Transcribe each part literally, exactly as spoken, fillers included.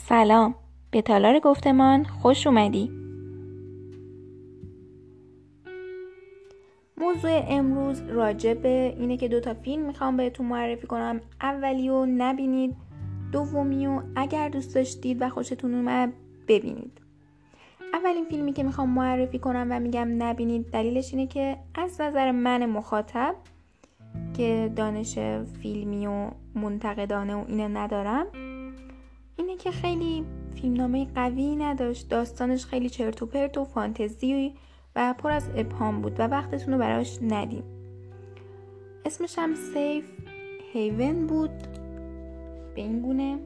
سلام، به تالار گفتمان خوش اومدی. موضوع امروز راجع به اینه که دوتا فیلم میخوام بهتون معرفی کنم. اولیو نبینید، دومیو اگر دوست داشتید و خوشتون اومد ببینید. اولین فیلمی که میخوام معرفی کنم و میگم نبینید دلیلش اینه که از نظر من مخاطب که دانش فیلمی و منتقدانه و اینه ندارم، اینه که خیلی فیلمنامه قوی نداشت، داستانش خیلی چرت و پرت و فانتزی و پر از ابهام بود و وقتتون رو براش ندیم. اسمش هم سیف هیون بود، به این گونه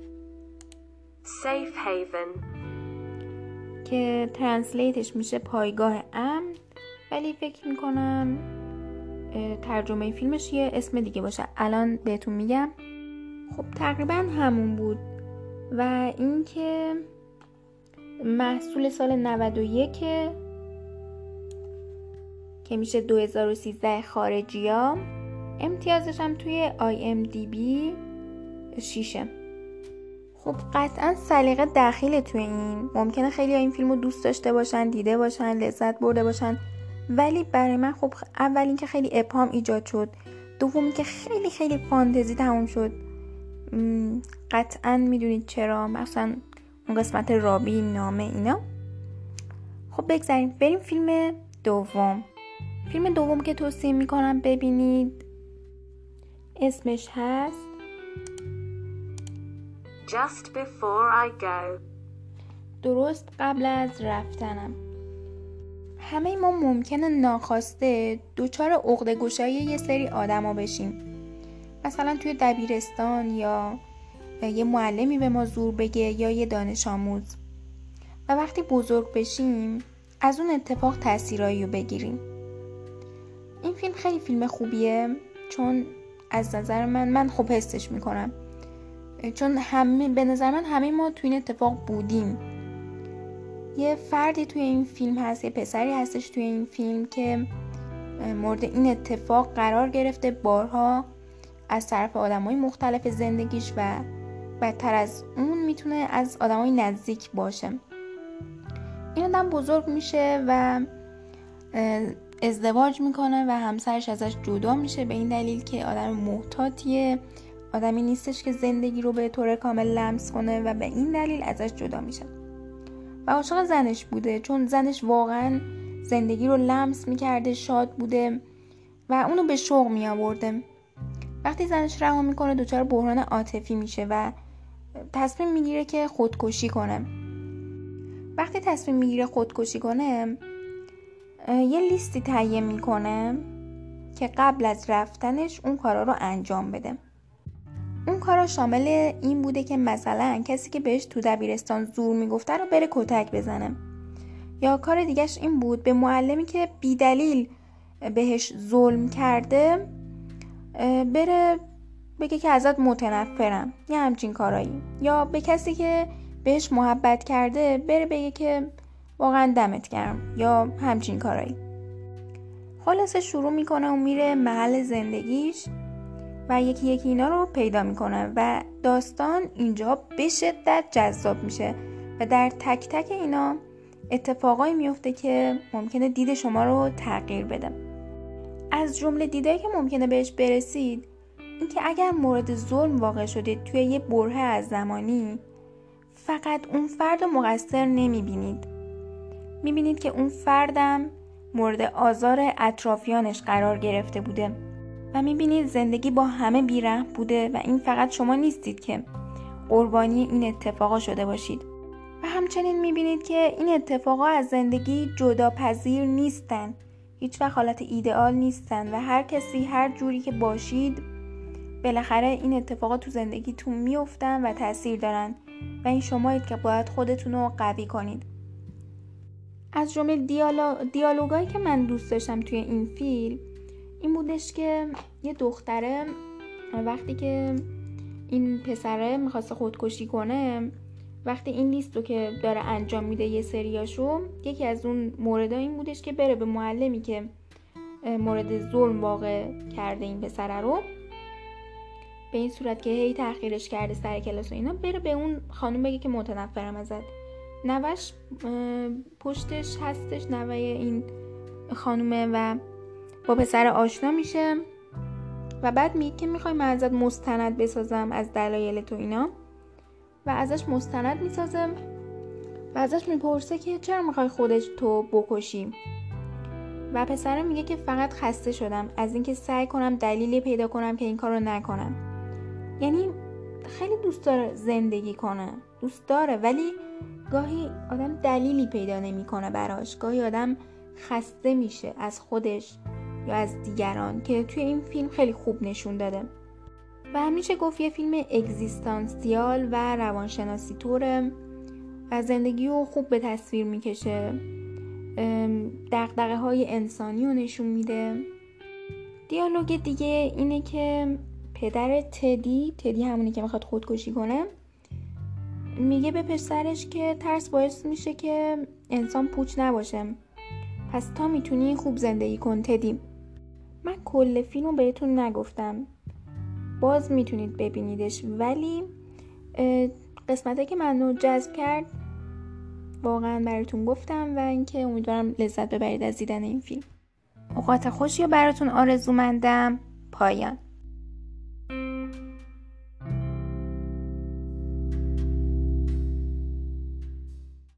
Safe Haven که ترنسلیتش میشه پایگاه امن، ولی فکر میکنم ترجمه فیلمش یه اسم دیگه باشه، الان بهتون میگم. خب تقریبا همون بود و این که محصول سال نود و یک که میشه دو هزار و سیزده خارجی ها. امتیازش هم توی آی ام دی بی شیشه. خب قطعا سلیقه دخیله توی این، ممکنه خیلی ها این فیلمو دوست داشته باشن، دیده باشن، لذت برده باشن، ولی برای من خب اول این که خیلی ابهام ایجاد شد، دومی که خیلی خیلی فانتزی تموم شد. قطعا میدونید چرا، مثلا اون قسمت رابی نامه اینا. خب بگذاریم بریم فیلم دوم. فیلم دوم که توصیه میکنم ببینید اسمش هست Just Before I Go. درست قبل از رفتنم. همه ما ممکنه ناخواسته دوچار عقده گشایی یه سری آدما بشیم، مثلا توی دبیرستان یا یه معلمی به ما زور بگه یا یه دانش آموز، و وقتی بزرگ بشیم از اون اتفاق تأثیرایی رو بگیریم. این فیلم خیلی فیلم خوبیه، چون از نظر من من خوب حسش میکنم، چون همه به نظر من همه ما توی این اتفاق بودیم. یه فردی توی این فیلم هست، یه پسری هستش توی این فیلم که مورد این اتفاق قرار گرفته بارها از طرف آدمای مختلف زندگیش و بدتر از اون میتونه از آدمای نزدیک باشه. این آدم بزرگ میشه و ازدواج میکنه و همسرش ازش جدا میشه، به این دلیل که آدم محتاطیه، آدمی نیستش که زندگی رو به طور کامل لمس کنه و به این دلیل ازش جدا میشه و عاشق زنش بوده، چون زنش واقعا زندگی رو لمس میکرده، شاد بوده و اونو به شوق میآورده. وقتی زنش رها میکنه دچار بحران عاطفی میشه و تصمیم میگیره که خودکشی کنه. وقتی تصمیم میگیره خودکشی کنه یه لیستی تهیه میکنه که قبل از رفتنش اون کارا رو انجام بده. اون کارا شامل این بوده که مثلا کسی که بهش تو دبیرستان زور میگفته رو بره کتک بزنه، یا کار دیگهش این بود به معلمی که بی دلیل بهش ظلم کرده بره بگه که ازت متنفرم، یه همچین کارایی، یا به کسی که بهش محبت کرده بره بگه که واقعا دمت گرم، یا همچین کارایی. خلاصه شروع میکنه و میره محل زندگیش و یکی یکی اینا رو پیدا میکنه و داستان اینجا به شدت جذاب میشه و در تک تک اینا اتفاقایی میفته که ممکنه دید شما رو تغییر بده. از جمله دیدایی که ممکنه بهش برسید این که اگر مورد ظلم واقع شدید توی یه بره از زمانی، فقط اون فرد رو مقصر نمیبینید، میبینید که اون فردم مورد آزار اطرافیانش قرار گرفته بوده و میبینید زندگی با همه بی‌رحم بوده و این فقط شما نیستید که قربانی این اتفاقا شده باشید. و همچنین میبینید که این اتفاقا از زندگی جداپذیر نیستن، هیچ وقت حالت ایدئال نیستن و هر کسی هر جوری که باشید بالاخره این اتفاقا تو زندگیتون میافتن و تأثیر دارن و این شمایید که باید خودتون رو قوی کنید. از جمله دیالوگ دیالوگایی که من دوست داشتم توی این فیلم این بودش که یه دختره وقتی که این پسره میخواسته خودکشی کنه، وقتی این لیست رو که داره انجام میده یه سریاشو، یکی از اون موردها این بودش که بره به معلمی که مورد ظلم واقع کرده این پسره رو به این صورت که هی تحقیرش کرده سر کلاس و اینا، بره به اون خانم بگه که متنفرم ازت. نوش پشتش هستش، نوه این خانومه و با پسر آشنا میشه و بعد میگه که میخوای من ازت مستند بسازم از دلایل تو اینا و ازش مستند میسازم و ازش میپرسه که چرا میخوای خودش تو بکشی و پسر میگه که فقط خسته شدم از اینکه سعی کنم دلیلی پیدا کنم که این کارو نکنم. یعنی خیلی دوست داره زندگی کنه، دوست داره، ولی گاهی آدم دلیلی پیدا نمیکنه براش، گاهی آدم خسته میشه از خودش یا از دیگران که توی این فیلم خیلی خوب نشون داده و همیشه گفت یه فیلم اگزیستانسیال و روانشناسی طوره و زندگی رو خوب به تصویر میکشه، دغدغه های انسانی رو نشون میده. دیالوگ دیگه اینه که پدر تدی، تدی همونی که میخواد خودکشی کنه، میگه به پسرش که ترس باعث میشه که انسان پوچ نباشه، پس تا میتونی خوب زندگی کن تدی. من کل فیلمو بهتون نگفتم، باز میتونید ببینیدش، ولی قسمتی که منو جذب کرد واقعا براتون گفتم و اینکه امیدوارم لذت ببرید از دیدن این فیلم. اوقات خوشی رو براتون آرزومندم. پایان.